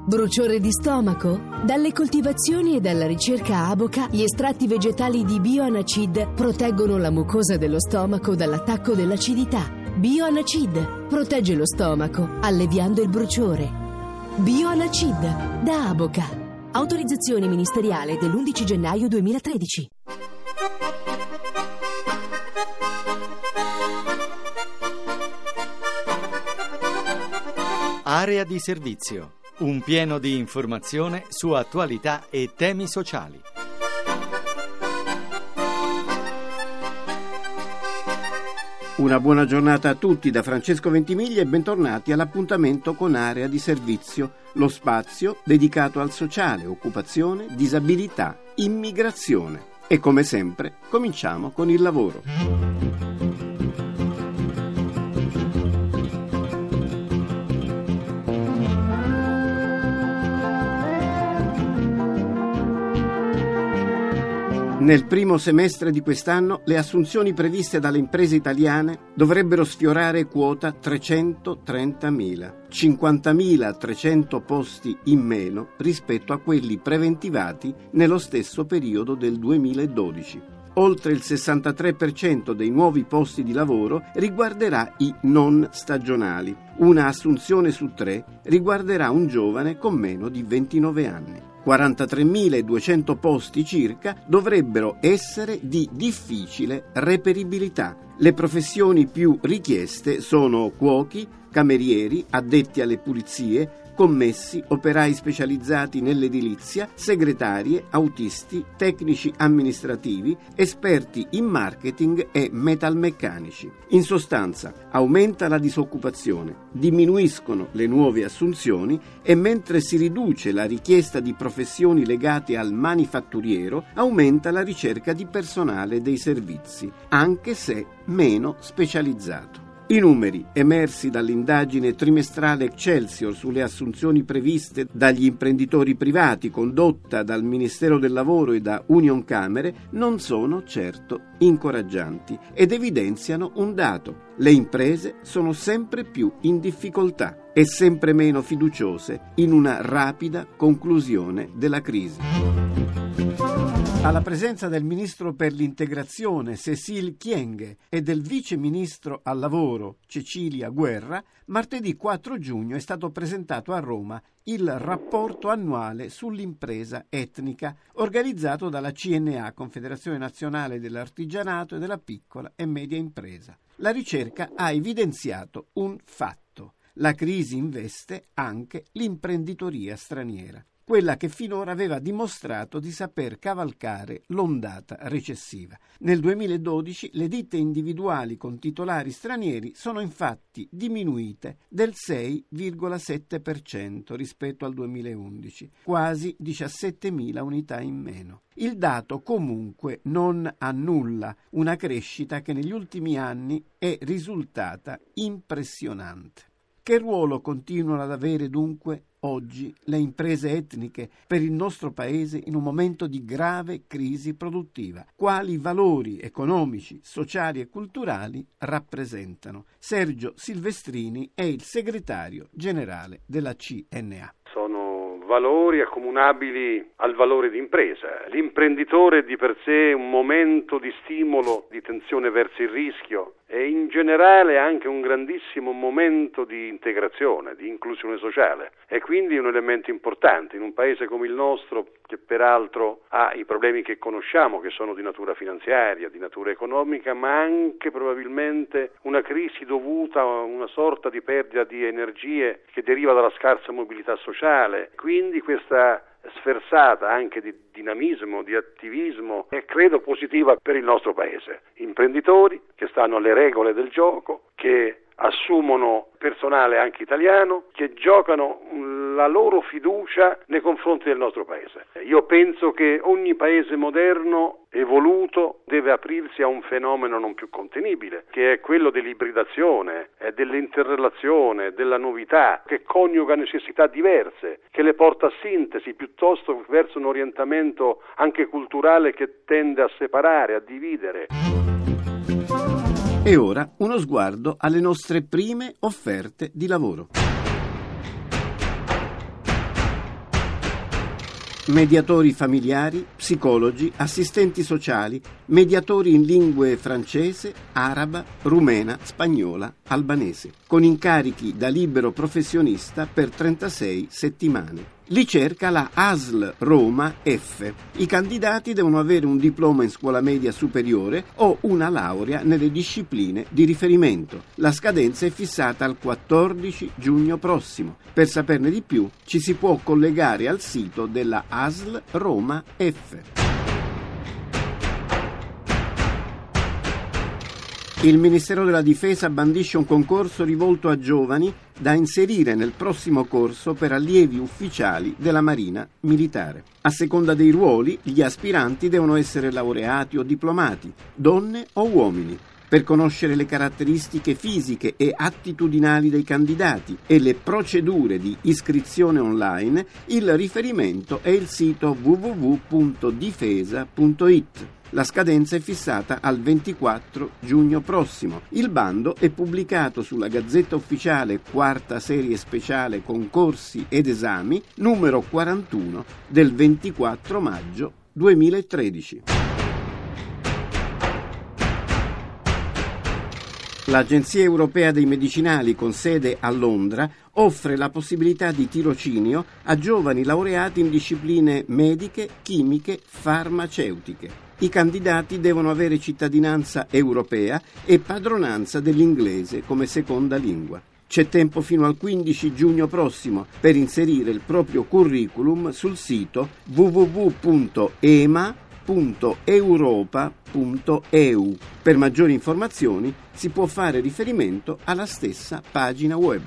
Bruciore di stomaco? Dalle coltivazioni e dalla ricerca Aboca, gli estratti vegetali di Bioanacid proteggono la mucosa dello stomaco dall'attacco dell'acidità. Bioanacid protegge lo stomaco, alleviando il bruciore. Bioanacid da Aboca. Autorizzazione ministeriale dell'11 gennaio 2013. Area di servizio. Un pieno di informazione su attualità e temi sociali. Una buona giornata a tutti da Francesco Ventimiglia e bentornati all'appuntamento con Area di Servizio, lo spazio dedicato al sociale, occupazione, disabilità, immigrazione. E come sempre cominciamo con il lavoro. Nel primo semestre di quest'anno le assunzioni previste dalle imprese italiane dovrebbero sfiorare quota 330.000, 50.300 posti in meno rispetto a quelli preventivati nello stesso periodo del 2012. Oltre il 63% dei nuovi posti di lavoro riguarderà i non stagionali. Una assunzione su 3 riguarderà un giovane con meno di 29 anni. 43.200 posti circa dovrebbero essere di difficile reperibilità. Le professioni più richieste sono cuochi, camerieri, addetti alle pulizie, commessi, operai specializzati nell'edilizia, segretarie, autisti, tecnici amministrativi, esperti in marketing e metalmeccanici. In sostanza, aumenta la disoccupazione, diminuiscono le nuove assunzioni e mentre si riduce la richiesta di professioni legate al manifatturiero, aumenta la ricerca di personale dei servizi, anche se meno specializzato. I numeri emersi dall'indagine trimestrale Excelsior sulle assunzioni previste dagli imprenditori privati condotta dal Ministero del Lavoro e da Unioncamere non sono certo incoraggianti ed evidenziano un dato: le imprese sono sempre più in difficoltà e sempre meno fiduciose in una rapida conclusione della crisi. Alla presenza del ministro per l'integrazione Cécile Kyenge e del vice ministro al lavoro Cecilia Guerra, martedì 4 giugno è stato presentato a Roma il rapporto annuale sull'impresa etnica organizzato dalla CNA, Confederazione Nazionale dell'Artigianato e della Piccola e Media Impresa. La ricerca ha evidenziato un fatto: la crisi investe anche l'imprenditoria straniera, quella che finora aveva dimostrato di saper cavalcare l'ondata recessiva. Nel 2012 le ditte individuali con titolari stranieri sono infatti diminuite del 6,7% rispetto al 2011, quasi 17.000 unità in meno. Il dato comunque non annulla una crescita che negli ultimi anni è risultata impressionante. Che ruolo continuano ad avere dunque oggi le imprese etniche per il nostro paese in un momento di grave crisi produttiva? Quali valori economici, sociali e culturali rappresentano? Sergio Silvestrini è il segretario generale della CNA. Sono valori accomunabili al valore di impresa. L'imprenditore è di per sé un momento di stimolo, di tensione verso il rischio e in generale anche un grandissimo momento di integrazione, di inclusione sociale, e quindi un elemento importante in un paese come il nostro, che peraltro ha i problemi che conosciamo, che sono di natura finanziaria, di natura economica, ma anche probabilmente una crisi dovuta a una sorta di perdita di energie che deriva dalla scarsa mobilità sociale. Quindi questa sferzata anche di dinamismo, di attivismo è credo positiva per il nostro paese. Imprenditori che stanno alle regole del gioco, che assumono personale anche italiano, che giocano la loro fiducia nei confronti del nostro paese. Io penso che ogni paese moderno, evoluto, deve aprirsi a un fenomeno non più contenibile, che è quello dell'ibridazione, dell'interrelazione, della novità, che coniuga necessità diverse, che le porta a sintesi piuttosto verso un orientamento anche culturale che tende a separare, a dividere. E ora uno sguardo alle nostre prime offerte di lavoro. mediatori familiari, psicologi, assistenti sociali, mediatori in lingue francese, araba, rumena, spagnola, albanese, con incarichi da libero professionista per 36 settimane. Li cerca la ASL Roma F. I candidati devono avere un diploma in scuola media superiore o una laurea nelle discipline di riferimento. La scadenza è fissata al 14 giugno prossimo. Per saperne di più ci si può collegare al sito della ASL Roma F. Il Ministero della Difesa bandisce un concorso rivolto a giovani da inserire nel prossimo corso per allievi ufficiali della Marina Militare. A seconda dei ruoli, gli aspiranti devono essere laureati o diplomati, donne o uomini. Per conoscere le caratteristiche fisiche e attitudinali dei candidati e le procedure di iscrizione online, il riferimento è il sito www.difesa.it. La scadenza è fissata al 24 giugno prossimo. Il bando è pubblicato sulla Gazzetta Ufficiale, quarta serie speciale concorsi ed esami, numero 41 del 24 maggio 2013. L'Agenzia Europea dei Medicinali, con sede a Londra, offre la possibilità di tirocinio a giovani laureati in discipline mediche, chimiche, farmaceutiche. I candidati devono avere cittadinanza europea e padronanza dell'inglese come seconda lingua. C'è tempo fino al 15 giugno prossimo per inserire il proprio curriculum sul sito www.ema.europa.eu. Per maggiori informazioni si può fare riferimento alla stessa pagina web.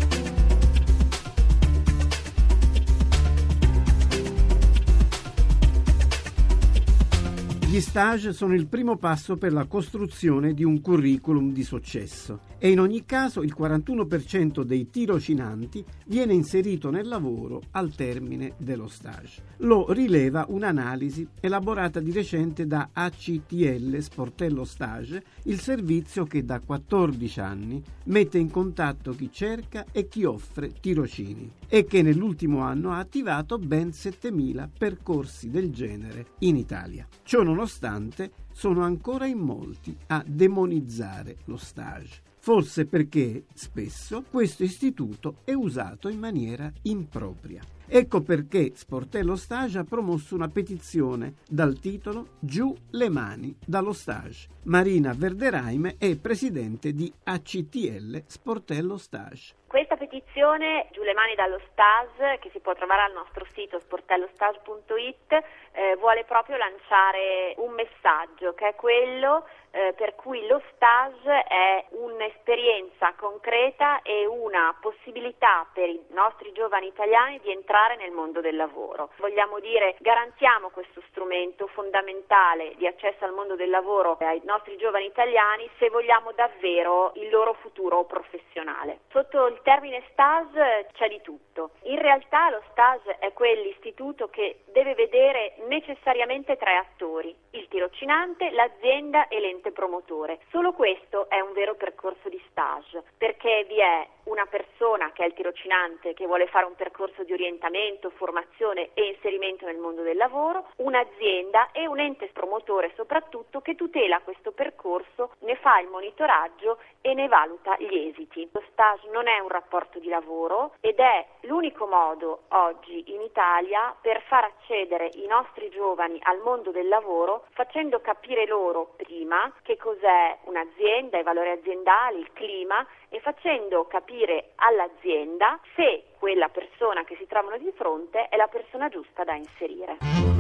Gli stage sono il primo passo per la costruzione di un curriculum di successo e in ogni caso il 41% dei tirocinanti viene inserito nel lavoro al termine dello stage. Lo rileva un'analisi elaborata di recente da ACTL Sportello Stage, il servizio che da 14 anni mette in contatto chi cerca e chi offre tirocini e che nell'ultimo anno ha attivato ben 7.000 percorsi del genere in Italia. Ciò nonostante, sono ancora in molti a demonizzare lo stage. Forse perché spesso questo istituto è usato in maniera impropria. Ecco perché Sportello Stage ha promosso una petizione dal titolo Giù le mani dallo stage. Marina Verderheim è presidente di ACTL Sportello Stage. Questa petizione, Giù le mani dallo stage, che si può trovare al nostro sito sportellostage.it, vuole proprio lanciare un messaggio che è quello per cui lo stage è un'esperienza concreta e una possibilità per i nostri giovani italiani di entrare nel mondo del lavoro. Vogliamo dire, garantiamo questo strumento fondamentale di accesso al mondo del lavoro ai nostri giovani italiani se vogliamo davvero il loro futuro professionale. Sotto il termine stage c'è di tutto. In realtà lo stage è quell'istituto che deve vedere necessariamente tre attori: il tirocinante, l'azienda e l'ente promotore. Solo questo è un vero percorso di stage, perché vi è una persona che è il tirocinante che vuole fare un percorso di orientamento, formazione e inserimento nel mondo del lavoro, un'azienda e un ente promotore soprattutto che tutela questo percorso, ne fa il monitoraggio e ne valuta gli esiti. Lo stage non è un rapporto di lavoro ed è l'unico modo oggi in Italia per far accedere i nostri giovani al mondo del lavoro, facendo capire loro prima che cos'è un'azienda, i valori aziendali, il clima, e facendo capire all'azienda se quella persona che si trovano di fronte è la persona giusta da inserire.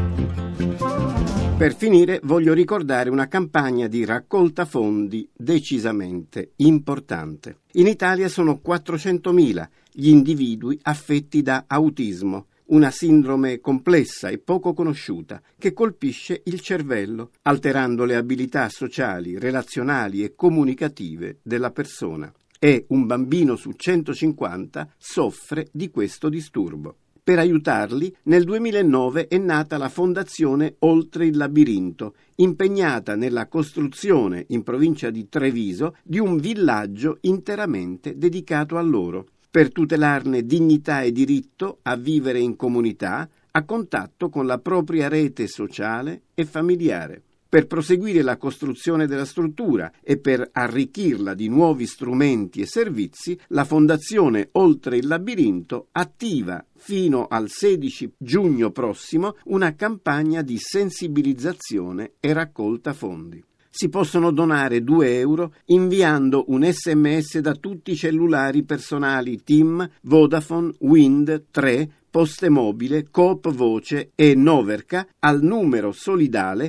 Per finire voglio ricordare una campagna di raccolta fondi decisamente importante. In Italia sono 400.000 gli individui affetti da autismo, una sindrome complessa e poco conosciuta che colpisce il cervello, alterando le abilità sociali, relazionali e comunicative della persona. E un bambino su 150 soffre di questo disturbo. Per aiutarli, nel 2009 è nata la Fondazione Oltre il Labirinto, impegnata nella costruzione in provincia di Treviso di un villaggio interamente dedicato a loro, per tutelarne dignità e diritto a vivere in comunità, a contatto con la propria rete sociale e familiare. Per proseguire la costruzione della struttura e per arricchirla di nuovi strumenti e servizi, la Fondazione Oltre il Labirinto attiva fino al 16 giugno prossimo una campagna di sensibilizzazione e raccolta fondi. Si possono donare 2 euro inviando un SMS da tutti i cellulari personali TIM, Vodafone, Wind, 3, Poste Mobile, Coop Voce e Noverca al numero solidale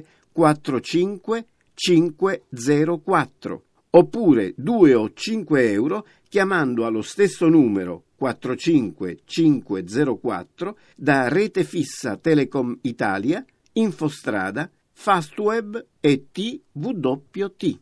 45504, oppure 2 o 5 euro chiamando allo stesso numero 45504 da Rete Fissa Telecom Italia, Infostrada, Fastweb e TWT.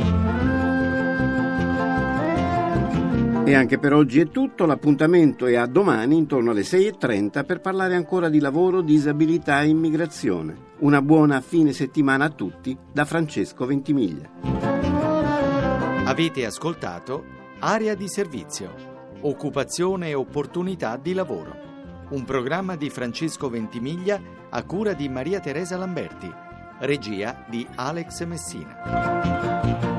E anche per oggi è tutto, l'appuntamento è a domani intorno alle 6:30 per parlare ancora di lavoro, disabilità e immigrazione. Una buona fine settimana a tutti da Francesco Ventimiglia. Avete ascoltato Area di Servizio, occupazione e opportunità di lavoro. Un programma di Francesco Ventimiglia a cura di Maria Teresa Lamberti, regia di Alex Messina.